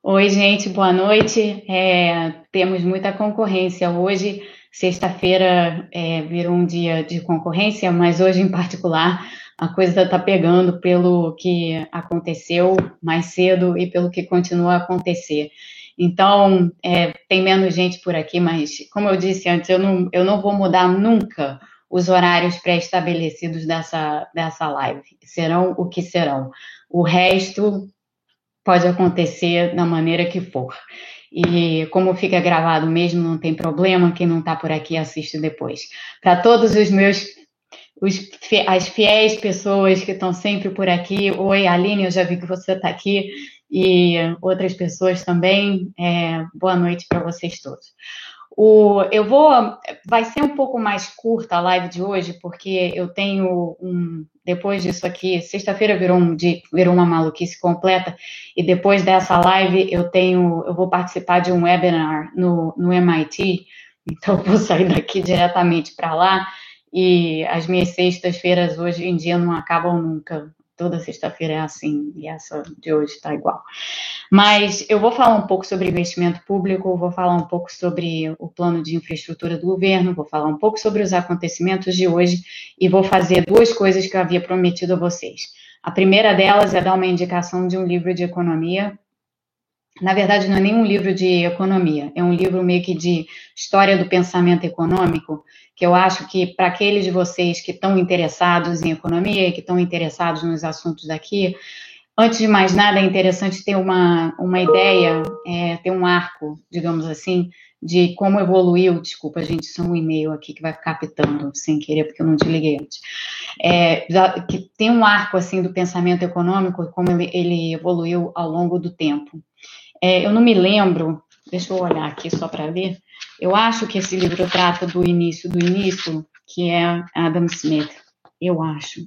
Oi, gente, boa noite. Temos muita concorrência hoje. Sexta-feira virou um dia de concorrência, mas hoje em particular a coisa está pegando pelo que aconteceu mais cedo e pelo que continua a acontecer. Então, tem menos gente por aqui, mas como eu disse antes, eu não vou mudar nunca os horários pré-estabelecidos dessa live. Serão o que serão. O resto pode acontecer da maneira que for. E como fica gravado mesmo, não tem problema, quem não está por aqui assiste depois. Para todos os meus, as fiéis pessoas que estão sempre por aqui, oi Aline, eu já vi que você está aqui, e outras pessoas também, boa noite para vocês todos. Vai ser um pouco mais curta a live de hoje, porque eu tenho depois disso aqui, sexta-feira virou uma maluquice completa, e depois dessa live eu vou participar de um webinar no MIT, então eu vou sair daqui diretamente para lá, e as minhas sextas-feiras hoje em dia não acabam nunca. Toda sexta-feira é assim, e essa de hoje está igual. Mas eu vou falar um pouco sobre investimento público, vou falar um pouco sobre o plano de infraestrutura do governo, vou falar um pouco sobre os acontecimentos de hoje e vou fazer duas coisas que eu havia prometido a vocês. A primeira delas é dar uma indicação de um livro de economia. Na verdade, não é nem um livro de economia, é um livro meio que de história do pensamento econômico, que eu acho que para aqueles de vocês que estão interessados em economia e que estão interessados nos assuntos daqui, antes de mais nada, é interessante ter uma ideia, ter um arco, digamos assim, de como evoluiu. Desculpa, gente, isso é um e-mail aqui que vai ficar pitando sem querer, porque eu não desliguei antes. Que tem um arco, assim, do pensamento econômico e como ele evoluiu ao longo do tempo. Eu não me lembro, deixa eu olhar aqui só para ver. Eu acho que esse livro trata do início, que é Adam Smith. Eu acho.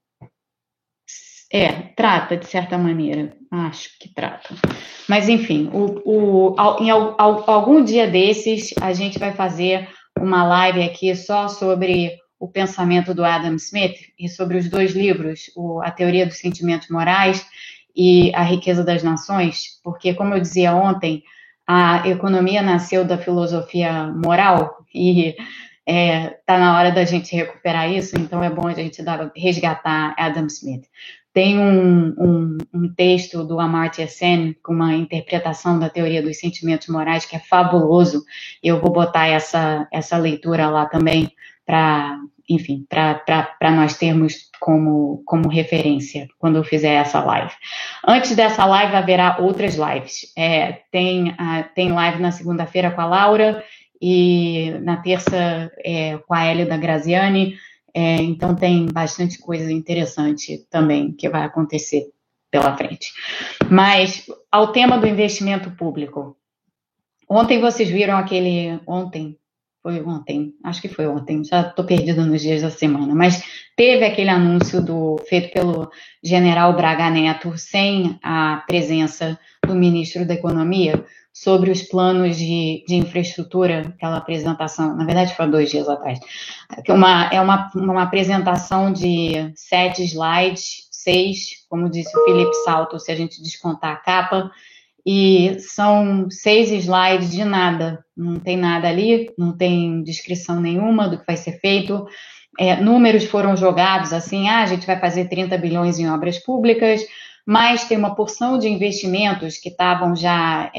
Trata, de certa maneira. Acho que trata. Mas, enfim, em algum dia desses, a gente vai fazer uma live aqui só sobre o pensamento do Adam Smith e sobre os dois livros, A Teoria dos Sentimentos Morais e A Riqueza das Nações, porque, como eu dizia ontem, a economia nasceu da filosofia moral e está na hora da gente recuperar isso, então é bom a gente resgatar Adam Smith. Tem um texto do Amartya Sen com uma interpretação da teoria dos sentimentos morais que é fabuloso. Eu vou botar essa leitura lá também para, enfim, para nós termos como referência quando eu fizer essa live. Antes dessa live haverá outras lives. Tem live na segunda-feira com a Laura e na terça com a Hélida Graziani. Então tem bastante coisa interessante também que vai acontecer pela frente. Mas ao tema do investimento público. Ontem vocês viram foi ontem, acho que foi ontem, já estou perdida nos dias da semana, mas teve aquele anúncio feito pelo general Braga Neto, sem a presença do ministro da Economia, sobre os planos de infraestrutura, aquela apresentação, na verdade foi há 2 dias atrás, é uma apresentação de 7 slides, 6, como disse o Felipe Salto, se a gente descontar a capa, e são 6 slides de nada, não tem nada ali, não tem descrição nenhuma do que vai ser feito, números foram jogados assim, a gente vai fazer 30 bilhões em obras públicas, mas tem uma porção de investimentos que estavam já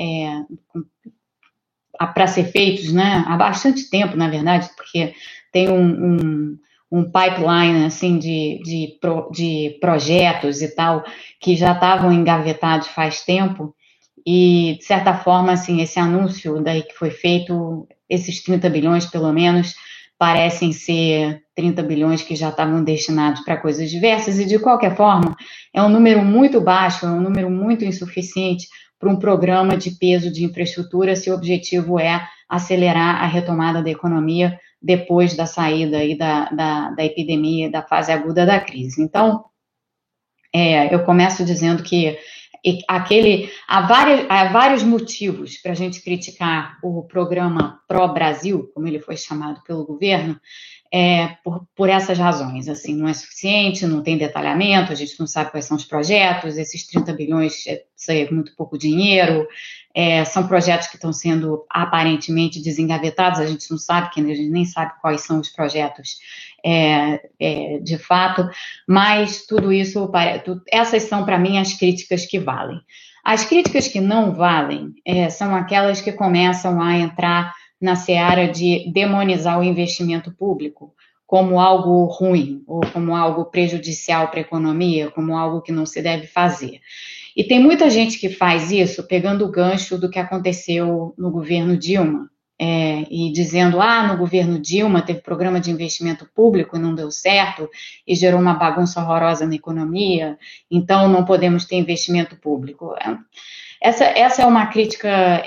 para ser feitos, né, há bastante tempo, na verdade, porque tem um pipeline assim de projetos e tal que já estavam engavetados faz tempo. E, de certa forma, assim, esse anúncio daí que foi feito, esses 30 bilhões, pelo menos, parecem ser 30 bilhões que já estavam destinados para coisas diversas, e, de qualquer forma, é um número muito baixo, é um número muito insuficiente para um programa de peso de infraestrutura, se o objetivo é acelerar a retomada da economia depois da saída aí da epidemia, da fase aguda da crise. Então, eu começo dizendo que há vários motivos para a gente criticar o programa Pró-Brasil, como ele foi chamado pelo governo, por essas razões. Assim, não é suficiente, não tem detalhamento, a gente não sabe quais são os projetos, esses 30 bilhões é muito pouco dinheiro, são projetos que estão sendo aparentemente desengavetados, a gente não sabe, a gente nem sabe quais são os projetos de fato, mas tudo isso, essas são para mim as críticas que valem. As críticas que não valem são aquelas que começam a entrar na seara de demonizar o investimento público como algo ruim, ou como algo prejudicial para a economia, como algo que não se deve fazer. E tem muita gente que faz isso pegando o gancho do que aconteceu no governo Dilma, e dizendo, no governo Dilma teve programa de investimento público e não deu certo, e gerou uma bagunça horrorosa na economia, então não podemos ter investimento público. Essa é uma crítica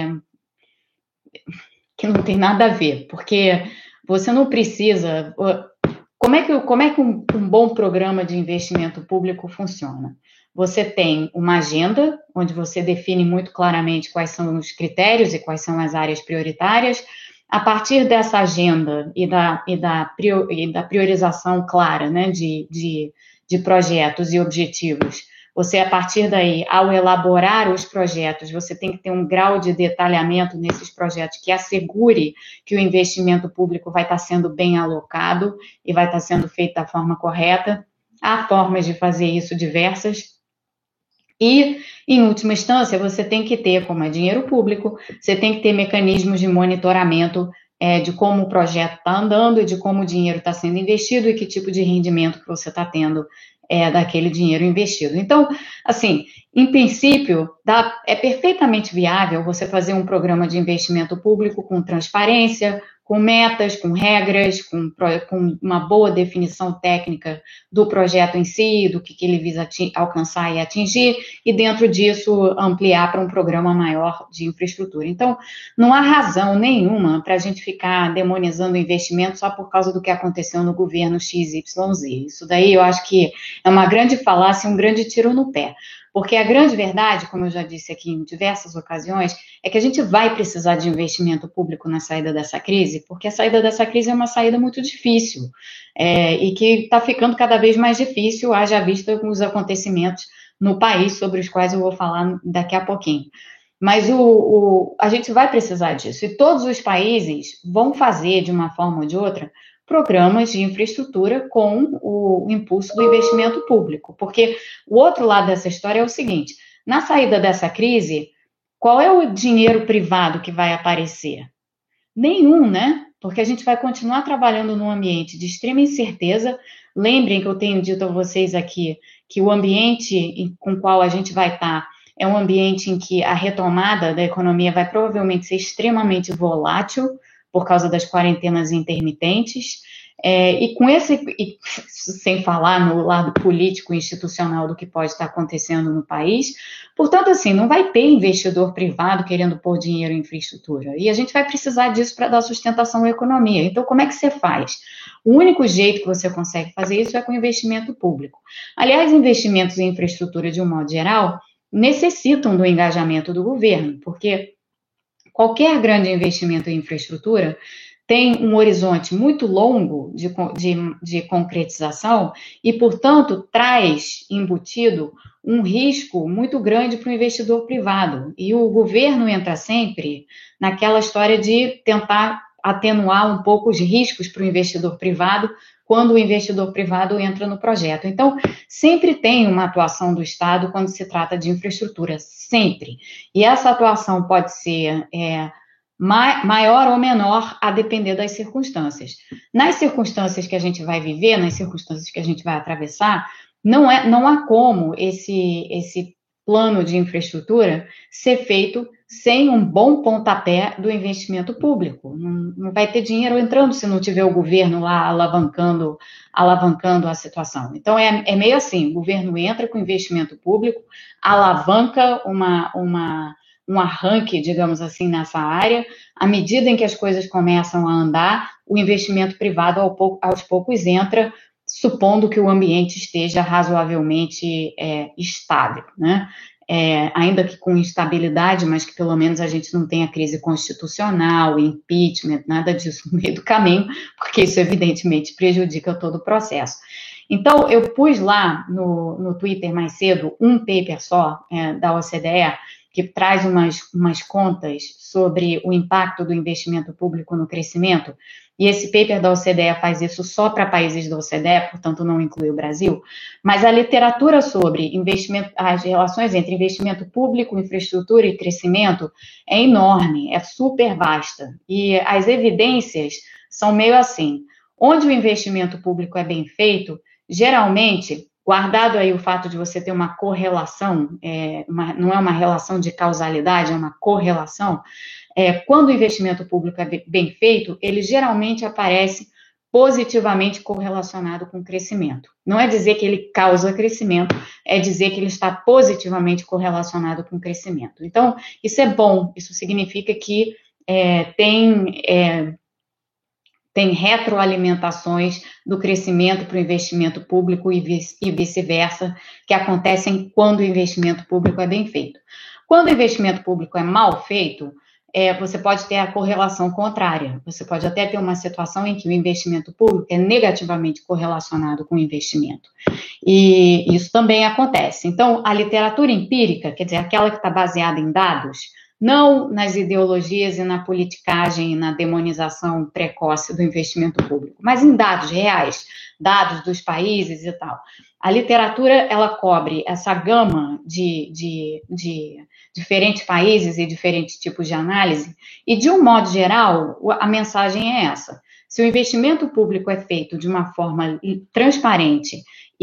que não tem nada a ver, porque você não precisa... Como é que um bom programa de investimento público funciona? Você tem uma agenda, onde você define muito claramente quais são os critérios e quais são as áreas prioritárias. A partir dessa agenda e da priorização clara, né, de projetos e objetivos, você, a partir daí, ao elaborar os projetos, você tem que ter um grau de detalhamento nesses projetos que assegure que o investimento público vai estar sendo bem alocado e vai estar sendo feito da forma correta. Há formas de fazer isso diversas. E, em última instância, você tem que ter, como é dinheiro público, você tem que ter mecanismos de monitoramento de como o projeto está andando e de como o dinheiro está sendo investido e que tipo de rendimento que você está tendo daquele dinheiro investido. Então, assim, em princípio, é perfeitamente viável você fazer um programa de investimento público com transparência, com metas, com regras, com uma boa definição técnica do projeto em si, do que ele visa alcançar e atingir, e dentro disso ampliar para um programa maior de infraestrutura. Então, não há razão nenhuma para a gente ficar demonizando o investimento só por causa do que aconteceu no governo XYZ. Isso daí eu acho que é uma grande falácia, um grande tiro no pé. Porque a grande verdade, como eu já disse aqui em diversas ocasiões, é que a gente vai precisar de investimento público na saída dessa crise, porque a saída dessa crise é uma saída muito difícil, e que está ficando cada vez mais difícil, haja vista com os acontecimentos no país, sobre os quais eu vou falar daqui a pouquinho. Mas a gente vai precisar disso, e todos os países vão fazer, de uma forma ou de outra, programas de infraestrutura com o impulso do investimento público, porque o outro lado dessa história é o seguinte, na saída dessa crise, qual é o dinheiro privado que vai aparecer? Nenhum, né? Porque a gente vai continuar trabalhando num ambiente de extrema incerteza. Lembrem que eu tenho dito a vocês aqui que o ambiente com o qual a gente vai estar é um ambiente em que a retomada da economia vai provavelmente ser extremamente volátil, por causa das quarentenas intermitentes, e sem falar no lado político e institucional do que pode estar acontecendo no país. Portanto, assim, não vai ter investidor privado querendo pôr dinheiro em infraestrutura, e a gente vai precisar disso para dar sustentação à economia. Então, como é que você faz? O único jeito que você consegue fazer isso é com investimento público. Aliás, investimentos em infraestrutura, de um modo geral, necessitam do engajamento do governo, porque qualquer grande investimento em infraestrutura tem um horizonte muito longo de concretização e, portanto, traz embutido um risco muito grande para o investidor privado. E o governo entra sempre naquela história de tentar atenuar um pouco os riscos para o investidor privado quando o investidor privado entra no projeto. Então, sempre tem uma atuação do Estado quando se trata de infraestrutura, sempre. E essa atuação pode ser maior ou menor a depender das circunstâncias. Nas circunstâncias que a gente vai viver, nas circunstâncias que a gente vai atravessar, não há como esse plano de infraestrutura ser feito sem um bom pontapé do investimento público. Não vai ter dinheiro entrando se não tiver o governo lá alavancando a situação. Então, é meio assim, o governo entra com investimento público, alavanca um arranque, digamos assim, nessa área. À medida em que as coisas começam a andar, o investimento privado aos poucos entra, supondo que o ambiente esteja razoavelmente estável, né? ainda que com instabilidade, mas que pelo menos a gente não tenha crise constitucional, impeachment, nada disso no meio do caminho, porque isso evidentemente prejudica todo o processo. Então, eu pus lá no Twitter mais cedo um paper só da OCDE, que traz umas contas sobre o impacto do investimento público no crescimento, e esse paper da OCDE faz isso só para países da OCDE, portanto não inclui o Brasil, mas a literatura sobre investimento, as relações entre investimento público, infraestrutura e crescimento é enorme, é super vasta, e as evidências são meio assim, onde o investimento público é bem feito, geralmente, guardado aí o fato de você ter uma correlação, não é uma relação de causalidade, é uma correlação, quando o investimento público é bem feito, ele geralmente aparece positivamente correlacionado com o crescimento. Não é dizer que ele causa crescimento, é dizer que ele está positivamente correlacionado com o crescimento. Então, isso é bom, isso significa que tem retroalimentações do crescimento para o investimento público e vice-versa, que acontecem quando o investimento público é bem feito. Quando o investimento público é mal feito, você pode ter a correlação contrária. Você pode até ter uma situação em que o investimento público é negativamente correlacionado com o investimento. E isso também acontece. Então, a literatura empírica, quer dizer, aquela que está baseada em dados, não nas ideologias e na politicagem e na demonização precoce do investimento público, mas em dados reais, dados dos países e tal. A literatura, ela cobre essa gama de diferentes países e diferentes tipos de análise, e de um modo geral, a mensagem é essa. Se o investimento público é feito de uma forma transparente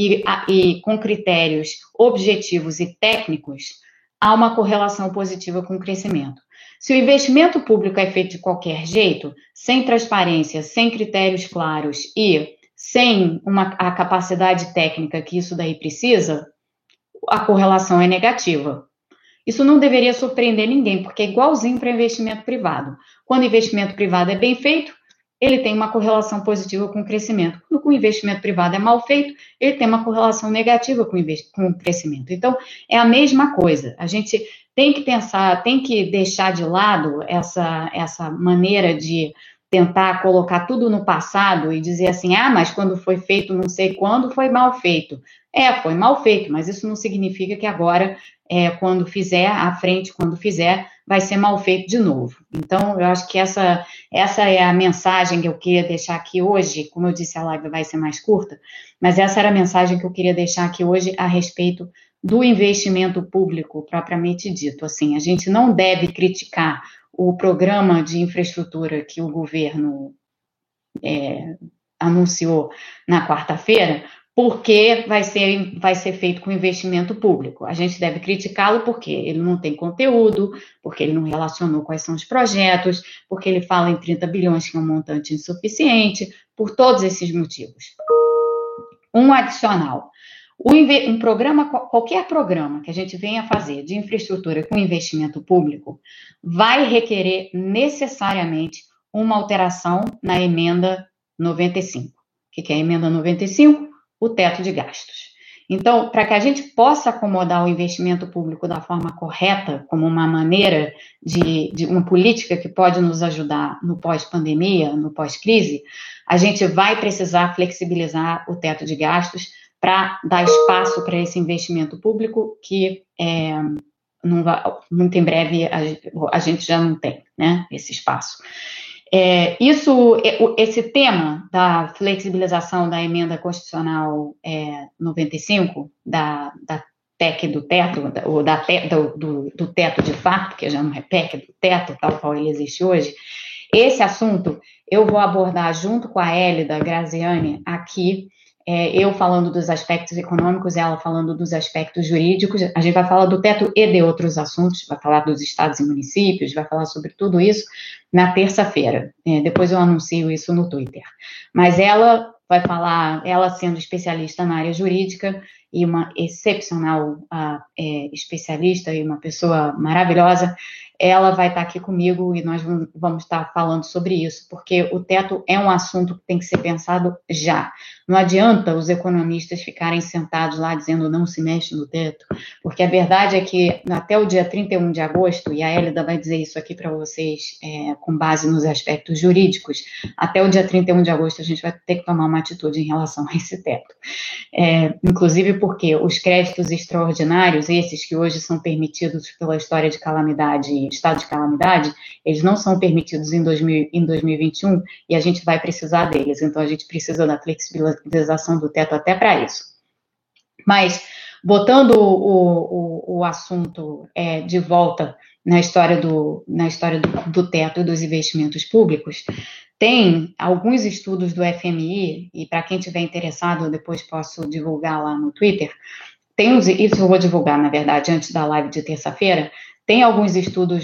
e com critérios objetivos e técnicos, há uma correlação positiva com o crescimento. Se o investimento público é feito de qualquer jeito, sem transparência, sem critérios claros e sem a capacidade técnica que isso daí precisa, a correlação é negativa. Isso não deveria surpreender ninguém, porque é igualzinho para investimento privado. Quando o investimento privado é bem feito, ele tem uma correlação positiva com o crescimento. Quando o investimento privado é mal feito, ele tem uma correlação negativa com o crescimento. Então, é a mesma coisa. A gente tem que pensar, tem que deixar de lado essa maneira de tentar colocar tudo no passado e dizer assim, mas quando foi feito não sei quando, foi mal feito. Foi mal feito, mas isso não significa que agora, quando fizer, à frente, quando fizer, vai ser mal feito de novo. Então, eu acho que essa é a mensagem que eu queria deixar aqui hoje. Como eu disse, a live vai ser mais curta, mas essa era a mensagem que eu queria deixar aqui hoje a respeito do investimento público, propriamente dito. Assim, a gente não deve criticar o programa de infraestrutura que o governo anunciou na quarta-feira, porque vai ser feito com investimento público. A gente deve criticá-lo porque ele não tem conteúdo, porque ele não relacionou quais são os projetos, porque ele fala em 30 bilhões, que é um montante insuficiente, por todos esses motivos. Um adicional. Qualquer programa que a gente venha fazer de infraestrutura com investimento público vai requerer necessariamente uma alteração na emenda 95. O que é a emenda 95? O teto de gastos. Então, para que a gente possa acomodar o investimento público da forma correta, como uma maneira de uma política que pode nos ajudar no pós-pandemia, no pós-crise, a gente vai precisar flexibilizar o teto de gastos para dar espaço para esse investimento público que muito em breve a gente já não tem, né, esse espaço. Esse tema da flexibilização da emenda constitucional 95, da PEC do teto, ou do teto de fato, que já não é PEC, do teto, tal qual ele existe hoje, esse assunto eu vou abordar junto com a Hélida Graziani aqui, eu falando dos aspectos econômicos, ela falando dos aspectos jurídicos. A gente vai falar do teto e de outros assuntos, vai falar dos estados e municípios, vai falar sobre tudo isso na terça-feira. Depois eu anuncio isso no Twitter. Mas ela vai falar, ela sendo especialista na área jurídica e uma excepcional especialista e uma pessoa maravilhosa, ela vai estar aqui comigo e nós vamos estar falando sobre isso, porque o teto é um assunto que tem que ser pensado já. Não adianta os economistas ficarem sentados lá dizendo não se mexe no teto, porque a verdade é que até o dia 31 de agosto, e a Hélida vai dizer isso aqui para vocês com base nos aspectos jurídicos, até o dia 31 de agosto a gente vai ter que tomar uma atitude em relação a esse teto. Inclusive porque os créditos extraordinários, esses que hoje são permitidos pela história de calamidade, estado de calamidade, eles não são permitidos em 2021 e a gente vai precisar deles, então a gente precisa da flexibilização do teto até para isso. Mas, botando o assunto de volta na história do teto e dos investimentos públicos, tem alguns estudos do FMI, e para quem estiver interessado, eu depois posso divulgar lá no Twitter, isso eu vou divulgar, na verdade, antes da live de terça-feira, tem alguns estudos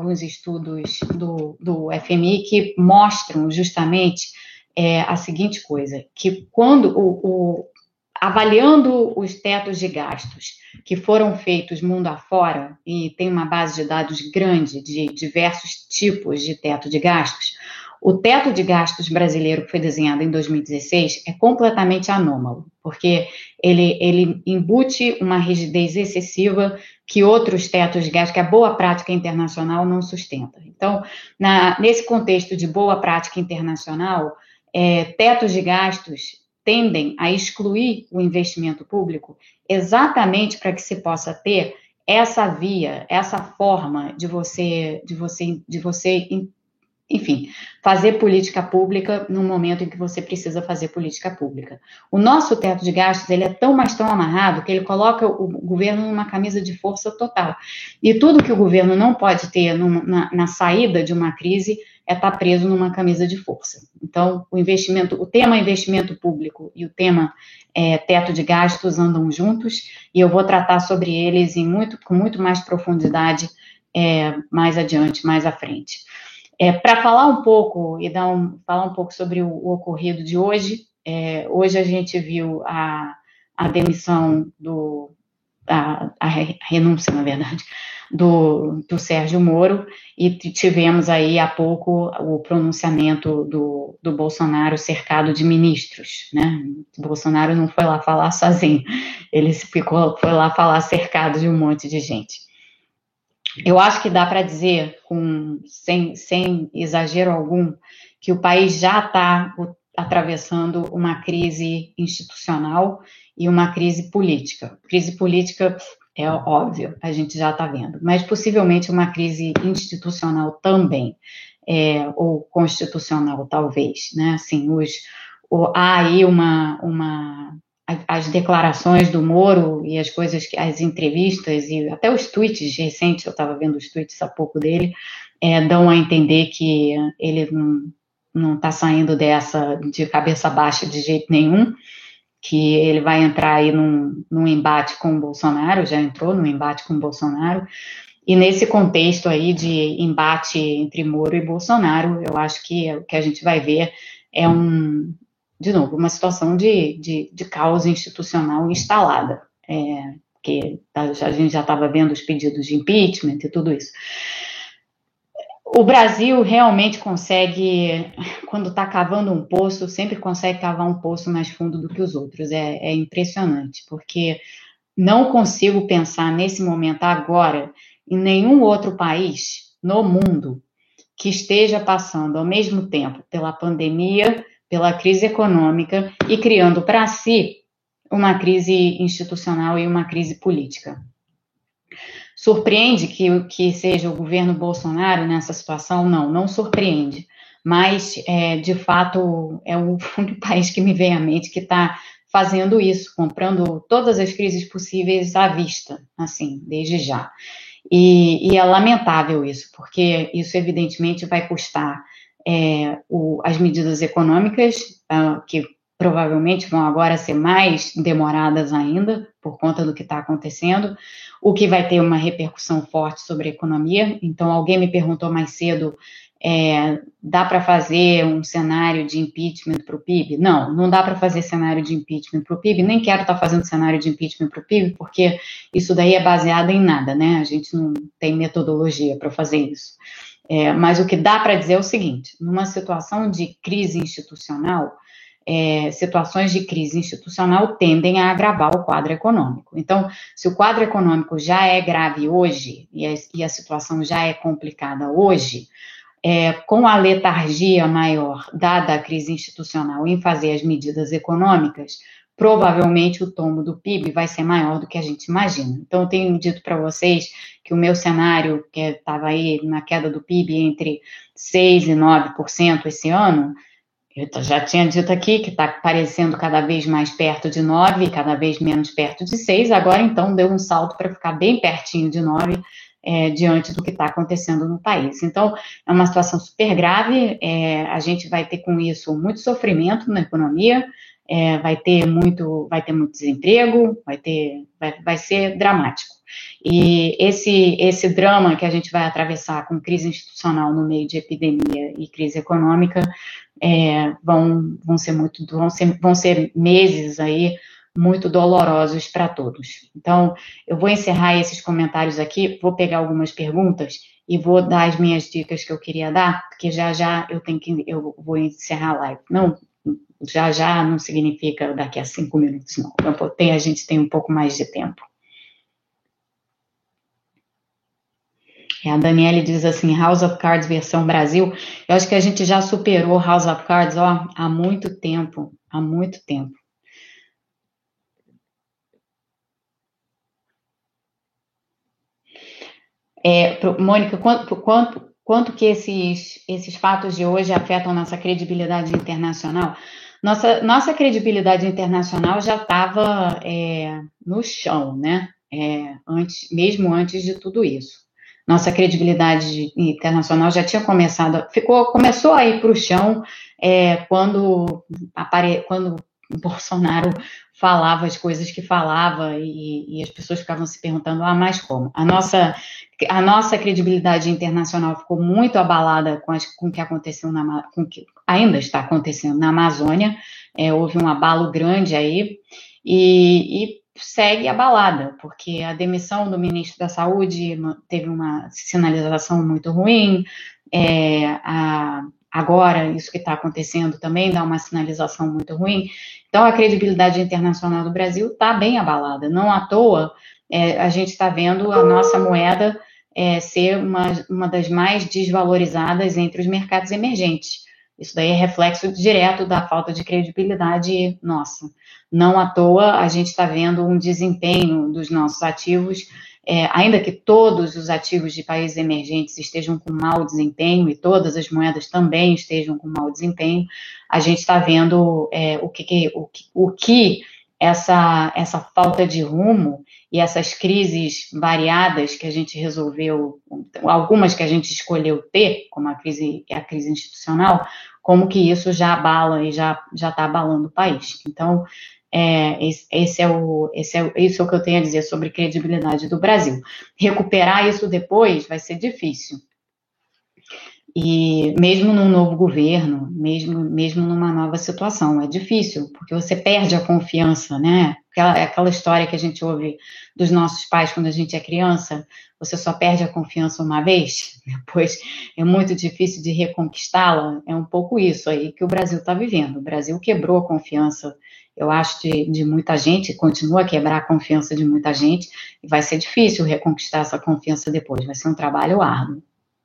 do FMI que mostram justamente a seguinte coisa, que quando avaliando os tetos de gastos que foram feitos mundo afora, e tem uma base de dados grande de diversos tipos de teto de gastos, o teto de gastos brasileiro que foi desenhado em 2016 é completamente anômalo, porque ele embute uma rigidez excessiva que outros tetos de gastos, que a boa prática internacional não sustenta. Então, nesse contexto de boa prática internacional, tetos de gastos tendem a excluir o investimento público exatamente para que se possa ter essa via, essa forma de você enfim, fazer política pública no momento em que você precisa fazer política pública. O nosso teto de gastos, ele é tão amarrado que ele coloca o governo numa camisa de força total. E tudo que o governo não pode ter na saída de uma crise é estar preso numa camisa de força. Então, o tema investimento público e o tema teto de gastos andam juntos, e eu vou tratar sobre eles com muito mais profundidade mais adiante, mais à frente. Para falar um pouco e falar um pouco sobre o ocorrido de hoje, hoje a gente viu a demissão a renúncia, na verdade, do Sérgio Moro, e tivemos aí há pouco o pronunciamento do Bolsonaro cercado de ministros, né? O Bolsonaro não foi lá falar sozinho, ele foi lá falar cercado de um monte de gente. Eu acho que dá para dizer, sem exagero algum, que o país já está atravessando uma crise institucional e uma crise política. Crise política é óbvio, a gente já está vendo, mas possivelmente uma crise institucional também, ou constitucional talvez, né? Assim, há aí as declarações do Moro e as entrevistas e até os tweets recentes, eu estava vendo os tweets há pouco dele, dão a entender que ele não está saindo dessa de cabeça baixa de jeito nenhum, que ele vai entrar aí num embate com o Bolsonaro, já entrou num embate com o Bolsonaro, e nesse contexto aí de embate entre Moro e Bolsonaro, eu acho que o que a gente vai ver é de novo, uma situação de caos institucional instalada, que a gente já estava vendo os pedidos de impeachment e tudo isso. O Brasil realmente consegue, quando está cavando um poço, sempre consegue cavar um poço mais fundo do que os outros. É impressionante, porque não consigo pensar nesse momento agora em nenhum outro país no mundo que esteja passando ao mesmo tempo pela pandemia, pela crise econômica e criando para si uma crise institucional e uma crise política. Surpreende que seja o governo Bolsonaro nessa situação? Não surpreende, mas de fato é o único país que me vem à mente que está fazendo isso, comprando todas as crises possíveis à vista, assim, desde já. E é lamentável isso, porque isso evidentemente vai custar as medidas econômicas, que provavelmente vão agora ser mais demoradas ainda, por conta do que está acontecendo, o que vai ter uma repercussão forte sobre a economia. Então, alguém me perguntou mais cedo Dá para fazer um cenário de impeachment para o PIB? Não, não dá para fazer cenário de impeachment para o PIB, nem quero estar fazendo cenário de impeachment para o PIB, porque isso daí é baseado em nada, né? A gente não tem metodologia para fazer isso. Mas o que dá para dizer é o seguinte: numa situação de crise institucional, situações de crise institucional tendem a agravar o quadro econômico. Então, se o quadro econômico já é grave hoje e a situação já é complicada hoje, com a letargia maior dada a crise institucional em fazer as medidas econômicas, provavelmente o tombo do PIB vai ser maior do que a gente imagina. Então, eu tenho dito para vocês que o meu cenário, que estava aí na queda do PIB entre 6% e 9% esse ano, eu já tinha dito aqui que está parecendo cada vez mais perto de 9, cada vez menos perto de 6, agora então deu um salto para ficar bem pertinho de 9, diante do que está acontecendo no país. Então, é uma situação super grave, a gente vai ter com isso muito sofrimento na economia, vai ter muito desemprego, vai ser dramático. E esse drama que a gente vai atravessar com crise institucional no meio de epidemia e crise econômica vão ser meses aí muito dolorosos para todos. Então, eu vou encerrar esses comentários aqui, vou pegar algumas perguntas e vou dar as minhas dicas que eu queria dar, porque já eu vou encerrar a live. Não, já não significa daqui a 5 minutos, não. A gente tem um pouco mais de tempo. A Daniele diz assim, House of Cards versão Brasil. Eu acho que a gente já superou House of Cards, há muito tempo, há muito tempo. Mônica, quanto que esses fatos de hoje afetam nossa credibilidade internacional? Nossa credibilidade internacional já estava no chão, né? Mesmo antes de tudo isso. Nossa credibilidade internacional já tinha começou a ir para o chão quando Bolsonaro falava as coisas que falava e as pessoas ficavam se perguntando, mas como? A nossa credibilidade internacional ficou muito abalada com o que aconteceu com o que ainda está acontecendo na Amazônia, houve um abalo grande aí e segue abalada, porque a demissão do ministro da Saúde teve uma sinalização muito ruim, agora isso que está acontecendo também dá uma sinalização muito ruim. Então, a credibilidade internacional do Brasil está bem abalada. Não à toa, a gente está vendo a nossa moeda ser uma das mais desvalorizadas entre os mercados emergentes. Isso daí é reflexo direto da falta de credibilidade nossa. Não à toa, a gente está vendo um desempenho dos nossos ativos, ainda que todos os ativos de países emergentes estejam com mau desempenho e todas as moedas também estejam com mau desempenho, a gente está vendo o que essa falta de rumo e essas crises variadas que a gente resolveu, algumas que a gente escolheu ter, como a crise institucional, como que isso já abala e já está abalando o país. Então, isso é o que eu tenho a dizer sobre credibilidade do Brasil. Recuperar isso depois vai ser difícil. E mesmo num novo governo, mesmo numa nova situação, é difícil, porque você perde a confiança, né? Aquela história que a gente ouve dos nossos pais quando a gente é criança, você só perde a confiança uma vez, depois é muito difícil de reconquistá-la, é um pouco isso aí que o Brasil está vivendo. O Brasil quebrou a confiança, eu acho, de muita gente, continua a quebrar a confiança de muita gente, e vai ser difícil reconquistar essa confiança depois, vai ser um trabalho árduo.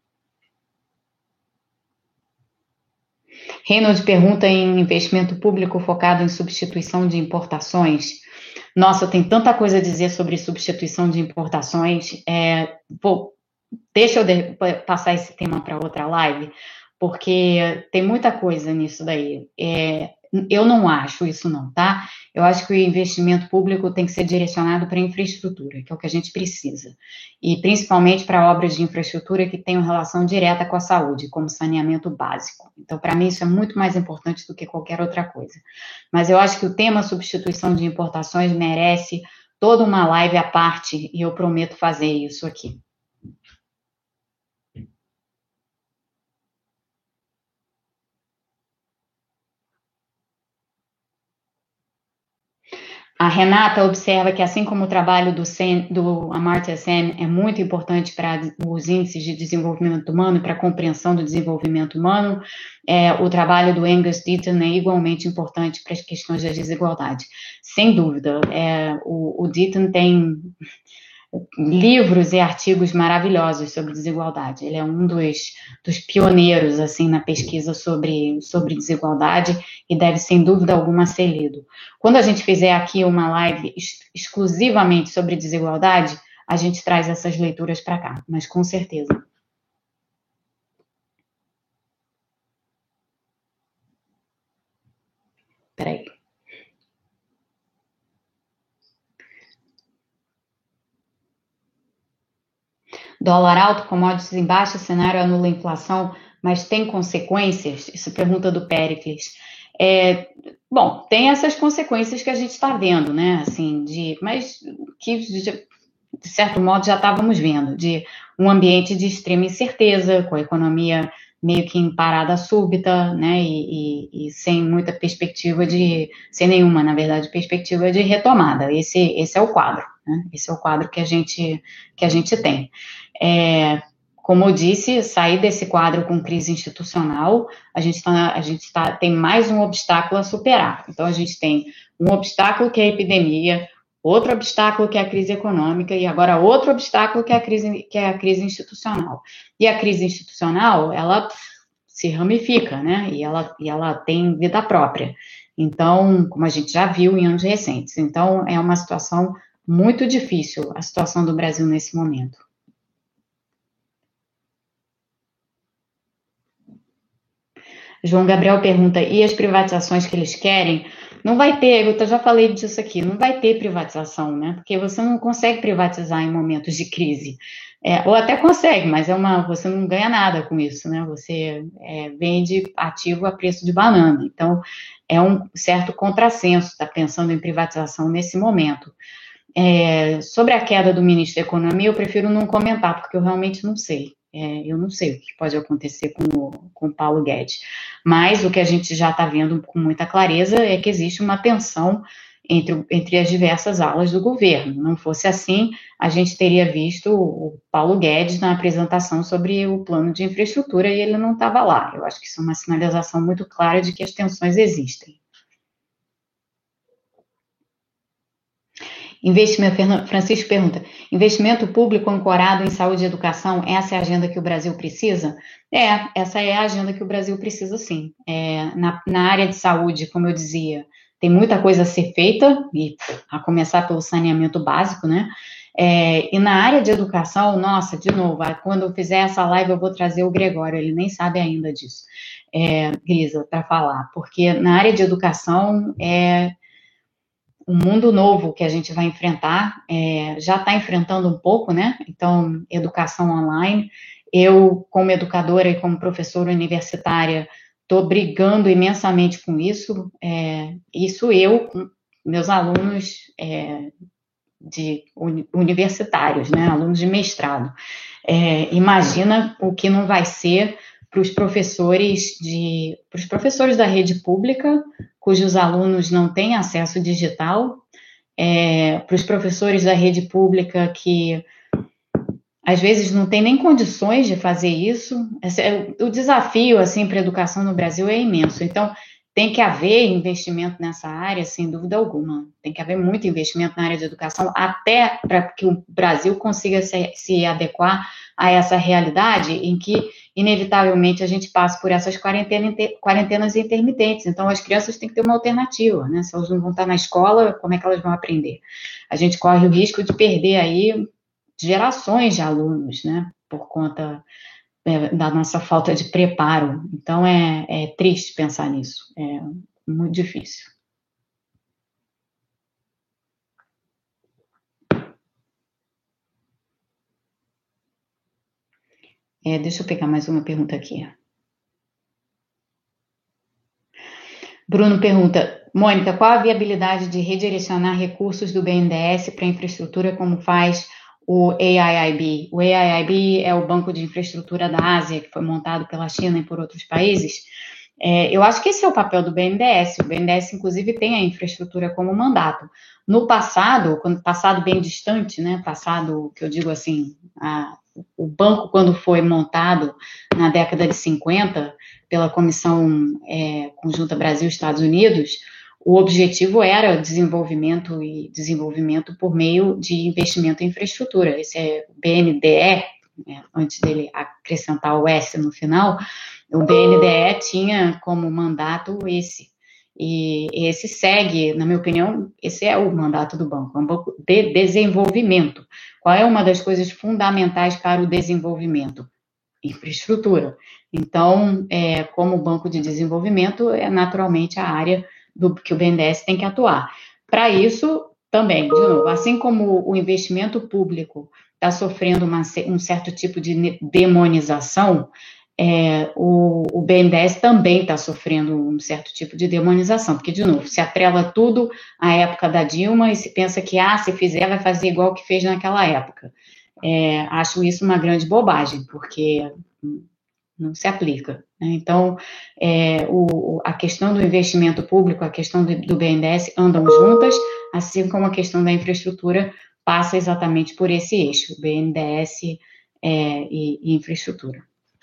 Reynolds pergunta em investimento público focado em substituição de importações. Nossa, tem tanta coisa a dizer sobre substituição de importações. Deixa eu passar esse tema para outra live, porque tem muita coisa nisso daí. Eu não acho isso não, tá? Eu acho que o investimento público tem que ser direcionado para infraestrutura, que é o que a gente precisa. E principalmente para obras de infraestrutura que tenham relação direta com a saúde, como saneamento básico. Então, para mim, isso é muito mais importante do que qualquer outra coisa. Mas eu acho que o tema substituição de importações merece toda uma live à parte, e eu prometo fazer isso aqui. A Renata observa que, assim como o trabalho do Amartya Sen é muito importante para os índices de desenvolvimento humano e para a compreensão do desenvolvimento humano, o trabalho do Angus Deaton é igualmente importante para as questões da desigualdade. Sem dúvida, o Deaton tem livros e artigos maravilhosos sobre desigualdade. Ele é um dos pioneiros assim na pesquisa sobre desigualdade e deve, sem dúvida alguma, ser lido. Quando a gente fizer aqui uma live exclusivamente sobre desigualdade, a gente traz essas leituras para cá, mas com certeza. Peraí. Dólar alto, commodities em baixa, cenário anula a inflação, mas tem consequências? Isso pergunta do Péricles. Bom, tem essas consequências que a gente está vendo, né? Assim, mas que de certo modo já estávamos vendo, de um ambiente de extrema incerteza, com a economia meio que em parada súbita, né? E sem muita perspectiva sem nenhuma, na verdade, perspectiva de retomada. Esse é o quadro, né? Esse é o quadro que a gente tem. Como eu disse, sair desse quadro com crise institucional, a gente tem mais um obstáculo a superar. Então, a gente tem um obstáculo que é a epidemia, outro obstáculo que é a crise econômica e agora outro obstáculo que é a crise institucional. E a crise institucional, ela se ramifica, né? E ela tem vida própria. Então, como a gente já viu em anos recentes. Então, é uma situação muito difícil, a situação do Brasil nesse momento. João Gabriel pergunta, e as privatizações que eles querem? Não vai ter, eu já falei disso aqui, não vai ter privatização, né? Porque você não consegue privatizar em momentos de crise. Ou até consegue, mas você não ganha nada com isso, né? Você vende ativo a preço de banana. Então, é um certo contrassenso estar pensando em privatização nesse momento. Sobre a queda do ministro da Economia, eu prefiro não comentar, porque eu realmente não sei. Eu não sei o que pode acontecer com o Paulo Guedes. Mas o que a gente já está vendo com muita clareza é que existe uma tensão entre as diversas alas do governo. Não fosse assim, a gente teria visto o Paulo Guedes na apresentação sobre o plano de infraestrutura e ele não estava lá. Eu acho que isso é uma sinalização muito clara de que as tensões existem. Francisco pergunta, investimento público ancorado em saúde e educação, essa é a agenda que o Brasil precisa? Essa é a agenda que o Brasil precisa, sim. Na área de saúde, como eu dizia, tem muita coisa a ser feita, e a começar pelo saneamento básico, né? E na área de educação, nossa, de novo, quando eu fizer essa live eu vou trazer o Gregório, ele nem sabe ainda disso, Grisa, para falar, porque na área de educação um mundo novo que a gente vai enfrentar, já está enfrentando um pouco, né? Então, educação online. Eu, como educadora e como professora universitária, estou brigando imensamente com isso. Isso eu, com meus alunos universitários, né? Alunos de mestrado. Imagina o que não vai ser para os professores da rede pública, cujos alunos não têm acesso digital, para os professores da rede pública que às vezes não tem nem condições de fazer isso. O desafio assim para a educação no Brasil é imenso. Então tem que haver investimento nessa área, sem dúvida alguma. Tem que haver muito investimento na área de educação, até para que o Brasil consiga se adequar a essa realidade em que, inevitavelmente, a gente passa por essas quarentenas intermitentes. Então, as crianças têm que ter uma alternativa, né? Se elas não vão estar na escola, como é que elas vão aprender? A gente corre o risco de perder aí gerações de alunos, né? Por conta da nossa falta de preparo. Então, é triste pensar nisso. É muito difícil. Deixa eu pegar mais uma pergunta aqui. Bruno pergunta, Mônica, qual a viabilidade de redirecionar recursos do BNDES para infraestrutura como faz o AIIB? O AIIB é o Banco de Infraestrutura da Ásia, que foi montado pela China e por outros países. Eu acho que esse é o papel do BNDES. O BNDES, inclusive, tem a infraestrutura como mandato. No passado, passado bem distante, né? Passado, que eu digo assim, o banco, quando foi montado na década de 50 pela Comissão Conjunta Brasil-Estados Unidos, o objetivo era desenvolvimento e desenvolvimento por meio de investimento em infraestrutura. Esse é o BNDE, antes dele acrescentar o S no final, o BNDE tinha como mandato esse. E esse segue, na minha opinião, esse é o mandato do banco, é um banco de desenvolvimento. Qual é uma das coisas fundamentais para o desenvolvimento? Infraestrutura. Então, como banco de desenvolvimento, é naturalmente a área que o BNDES tem que atuar. Para isso, também, de novo, assim como o investimento público está sofrendo um certo tipo de demonização, o BNDES também está sofrendo um certo tipo de demonização, porque, de novo, se atrela tudo à época da Dilma e se pensa que, se fizer, vai fazer igual que fez naquela época. Acho isso uma grande bobagem, porque não se aplica. Né? Então, a questão do investimento público, a questão do BNDES andam juntas, assim como a questão da infraestrutura passa exatamente por esse eixo, BNDES e infraestrutura.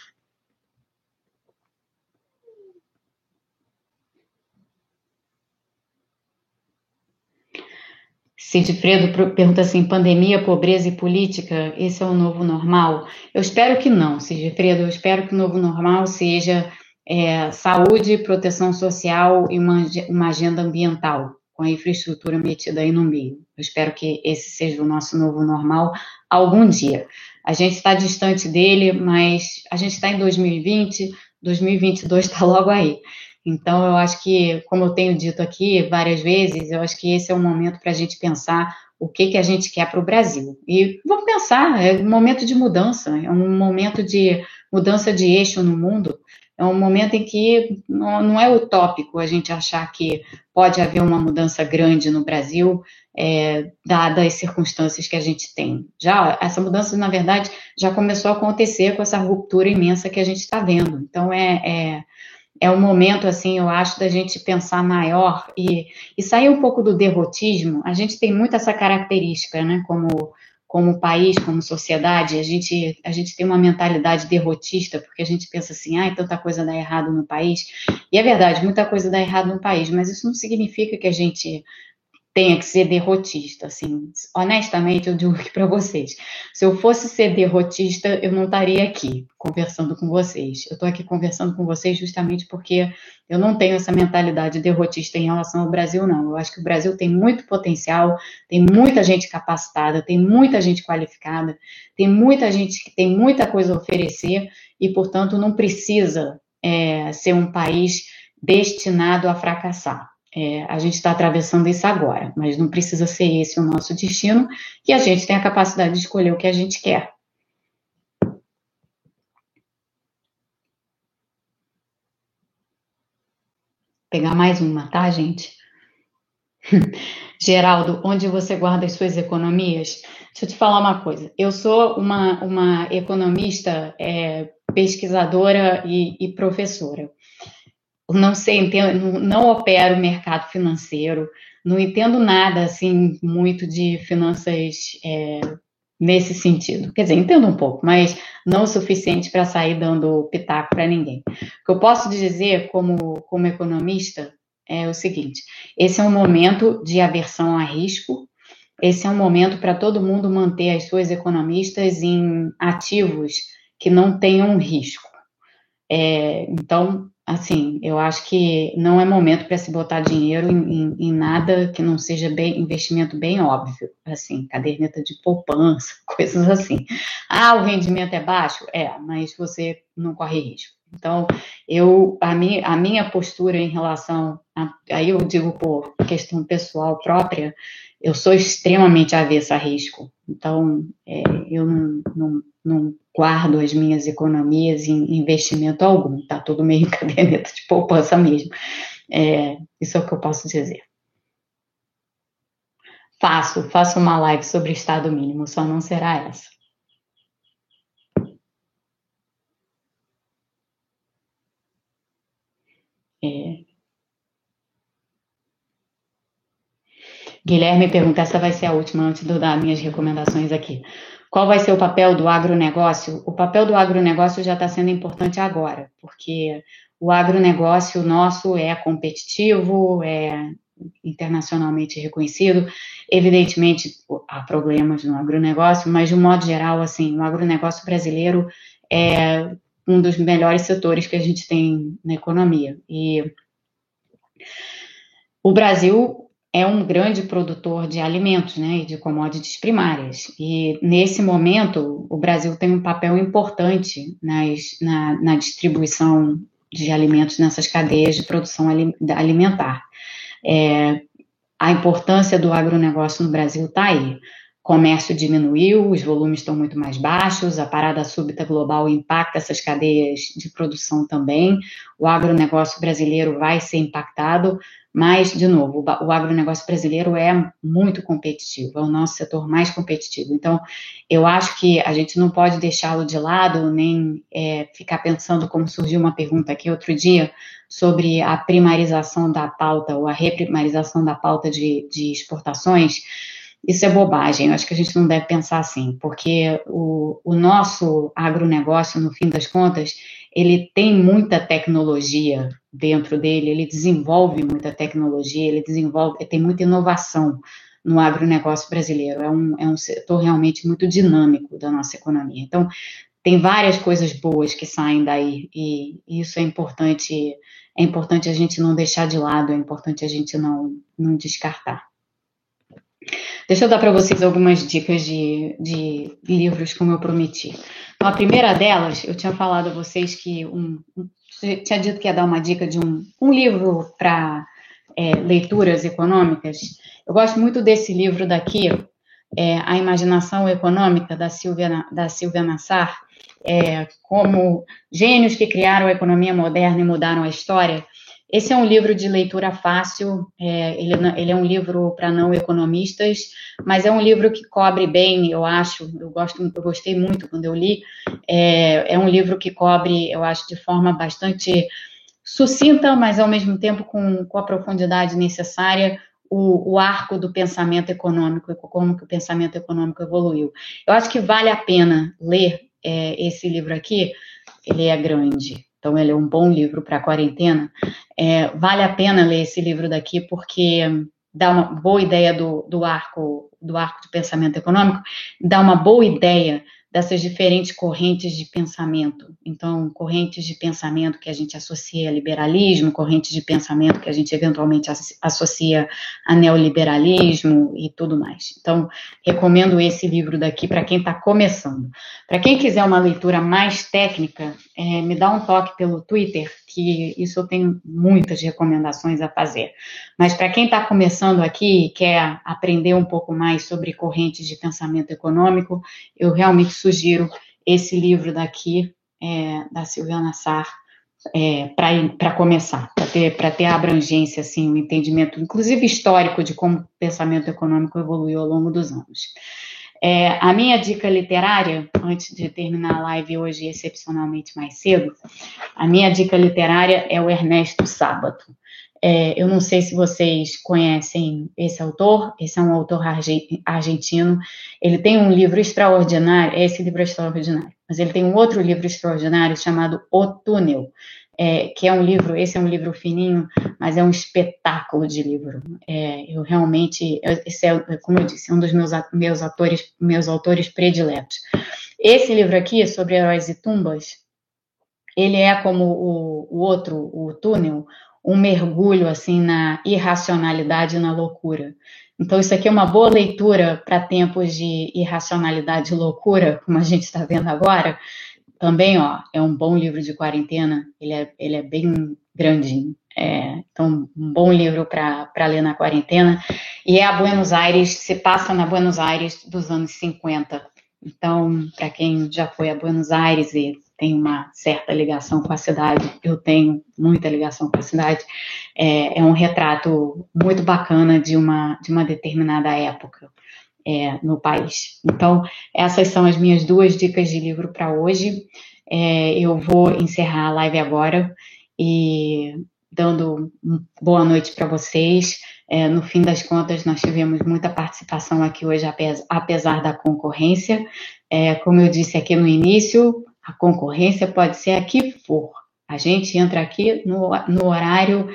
Sigfredo pergunta assim, pandemia, pobreza e política, esse é o novo normal? Eu espero que não, Sigfredo, eu espero que o novo normal seja saúde, proteção social e uma agenda ambiental, com a infraestrutura metida aí no meio. Eu espero que esse seja o nosso novo normal algum dia. A gente está distante dele, mas a gente está em 2020, 2022 está logo aí. Então, eu acho que, como eu tenho dito aqui várias vezes, eu acho que esse é um momento para a gente pensar o que a gente quer para o Brasil. E vamos pensar, é um momento de mudança, é um momento de mudança de eixo no mundo, é um momento em que não é utópico a gente achar que pode haver uma mudança grande no Brasil, dadas as circunstâncias que a gente tem. Já essa mudança, na verdade, já começou a acontecer com essa ruptura imensa que a gente está vendo. Então, é um momento, assim, eu acho, da gente pensar maior e sair um pouco do derrotismo. A gente tem muito essa característica, né, como país, como sociedade, a gente tem uma mentalidade derrotista, porque a gente pensa assim, tanta coisa dá errado no país. E é verdade, muita coisa dá errado no país, mas isso não significa que a gente tenha que ser derrotista, assim, honestamente eu digo aqui para vocês, se eu fosse ser derrotista, eu não estaria aqui conversando com vocês, eu estou aqui conversando com vocês justamente porque eu não tenho essa mentalidade derrotista em relação ao Brasil, não, eu acho que o Brasil tem muito potencial, tem muita gente capacitada, tem muita gente qualificada, tem muita gente que tem muita coisa a oferecer e, portanto, não precisa ser um país destinado a fracassar. A gente está atravessando isso agora, mas não precisa ser esse o nosso destino, e a gente tem a capacidade de escolher o que a gente quer. Vou pegar mais uma, tá, gente? Geraldo, onde você guarda as suas economias? Deixa eu te falar uma coisa. Eu sou uma economista, pesquisadora e professora. Não sei, entendo, não opero mercado financeiro, não entendo nada assim muito de finanças nesse sentido. Quer dizer, entendo um pouco, mas não o suficiente para sair dando pitaco para ninguém. O que eu posso dizer como economista é o seguinte: esse é um momento de aversão a risco, esse é um momento para todo mundo manter as suas economistas em ativos que não tenham risco. Então, assim, eu acho que não é momento para se botar dinheiro em nada que não seja investimento bem óbvio, assim, caderneta de poupança, coisas assim. O rendimento é baixo? Mas você não corre risco. Então, a minha postura em relação aí eu digo por questão pessoal própria, eu sou extremamente avessa a risco. Então, eu não guardo as minhas economias em investimento algum, tá tudo meio em caderneta de poupança mesmo. Isso é o que eu posso dizer. Faço uma live sobre Estado mínimo, só não será essa. Guilherme pergunta, essa vai ser a última antes de eu dar minhas recomendações aqui. Qual vai ser o papel do agronegócio? O papel do agronegócio já está sendo importante agora, porque o agronegócio nosso é competitivo, é internacionalmente reconhecido. Evidentemente, há problemas no agronegócio, mas, de um modo geral, assim, o agronegócio brasileiro é um dos melhores setores que a gente tem na economia. E o Brasil é um grande produtor de alimentos, né, e de commodities primárias. E, nesse momento, o Brasil tem um papel importante na distribuição de alimentos nessas cadeias de produção alimentar. A importância do agronegócio no Brasil está aí. O comércio diminuiu, os volumes estão muito mais baixos, a parada súbita global impacta essas cadeias de produção também. O agronegócio brasileiro vai ser impactado, mas, de novo, o agronegócio brasileiro é muito competitivo, é o nosso setor mais competitivo. Então, eu acho que a gente não pode deixá-lo de lado, nem ficar pensando, como surgiu uma pergunta aqui outro dia, sobre a primarização da pauta, ou a reprimarização da pauta de exportações. Isso é bobagem, eu acho que a gente não deve pensar assim, porque o nosso agronegócio, no fim das contas, ele tem muita tecnologia dentro dele, ele desenvolve muita tecnologia, tem muita inovação no agronegócio brasileiro, é um setor realmente muito dinâmico da nossa economia. Então, tem várias coisas boas que saem daí, e isso é importante a gente não deixar de lado, é importante a gente não descartar. Deixa eu dar para vocês algumas dicas de livros, como eu prometi. Então, a primeira delas, eu tinha falado a vocês que tinha dito que ia dar uma dica de um livro para leituras econômicas. Eu gosto muito desse livro daqui, A Imaginação Econômica, da Sylvia Nassar, como gênios que criaram a economia moderna e mudaram a história. Esse é um livro de leitura fácil, ele é um livro para não economistas, mas é um livro que cobre bem, eu acho, eu gostei muito quando eu li, é um livro que cobre, eu acho, de forma bastante sucinta, mas ao mesmo tempo com a profundidade necessária, o arco do pensamento econômico e como que o pensamento econômico evoluiu. Eu acho que vale a pena ler esse livro aqui, ele é grande, então ele é um bom livro para a quarentena. Vale a pena ler esse livro daqui porque dá uma boa ideia do arco de pensamento econômico, dá uma boa ideia dessas diferentes correntes de pensamento. Então, correntes de pensamento que a gente associa a liberalismo, correntes de pensamento que a gente eventualmente associa a neoliberalismo e tudo mais. Então, recomendo esse livro daqui para quem está começando. Para quem quiser uma leitura mais técnica, me dá um toque pelo Twitter, que isso eu tenho muitas recomendações a fazer. Mas para quem está começando aqui e quer aprender um pouco mais sobre correntes de pensamento econômico, eu realmente sugiro esse livro daqui, da Sylvia Nassar, para começar, para ter a abrangência, assim, um entendimento, inclusive histórico, de como o pensamento econômico evoluiu ao longo dos anos. A minha dica literária, antes de terminar a live hoje excepcionalmente mais cedo, a minha dica literária é o Ernesto Sábato. Eu não sei se vocês conhecem esse autor, esse é um autor argentino, ele tem um livro extraordinário, esse livro é extraordinário, mas ele tem um outro livro extraordinário chamado O Túnel, que é um livro, esse é um livro fininho, mas é um espetáculo de livro. Eu realmente, esse é, como eu disse, um dos meus autores prediletos. Esse livro aqui, sobre heróis e tumbas, ele é como o outro, o Túnel, um mergulho assim na irracionalidade e na loucura. Então, isso aqui é uma boa leitura para tempos de irracionalidade e loucura, como a gente está vendo agora. Também, é um bom livro de quarentena, ele é bem grandinho. Então, um bom livro para ler na quarentena. E é a Buenos Aires, se passa na Buenos Aires dos anos 50. Então, para quem já foi a Buenos Aires e tem uma certa ligação com a cidade, eu tenho muita ligação com a cidade, é um retrato muito bacana de uma determinada época no país. Então, essas são as minhas 2 dicas de livro para hoje. Eu vou encerrar a live agora e dando boa noite para vocês. No fim das contas, nós tivemos muita participação aqui hoje, apesar da concorrência. Como eu disse aqui no início, a concorrência pode ser a que for. A gente entra aqui no horário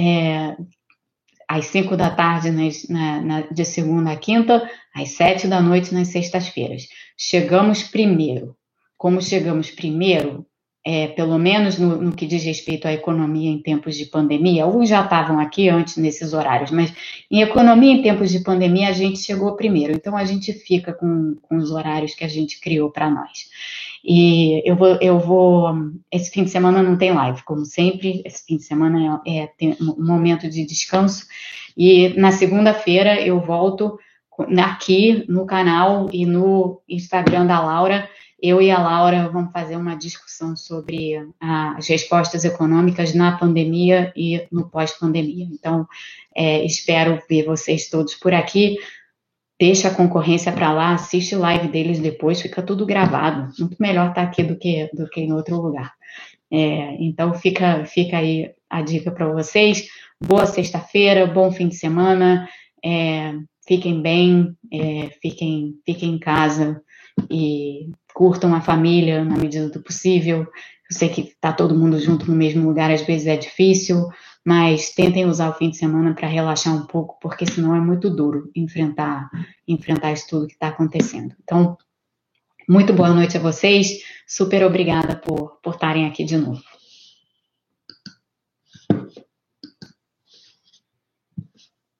às 5 da tarde de segunda a quinta, às 7 da noite nas sextas-feiras. Chegamos primeiro. Como chegamos primeiro, pelo menos no que diz respeito à economia em tempos de pandemia, alguns já estavam aqui antes nesses horários, mas em economia em tempos de pandemia a gente chegou primeiro, então a gente fica com os horários que a gente criou para nós. E esse fim de semana não tem live, como sempre, esse fim de semana tem um momento de descanso, e na segunda-feira eu volto aqui no canal e no Instagram da Laura. Eu e a Laura vamos fazer uma discussão sobre as respostas econômicas na pandemia e no pós-pandemia. Então, espero ver vocês todos por aqui. Deixa a concorrência para lá, assiste live deles depois, fica tudo gravado. Muito melhor estar aqui do que em outro lugar. Então, fica aí a dica para vocês. Boa sexta-feira, bom fim de semana. Fiquem bem, fiquem em casa e curtam a família na medida do possível. Eu sei que está todo mundo junto no mesmo lugar, às vezes é difícil, mas tentem usar o fim de semana para relaxar um pouco, porque senão é muito duro enfrentar isso tudo que está acontecendo. Então, muito boa noite a vocês, super obrigada por estarem aqui de novo.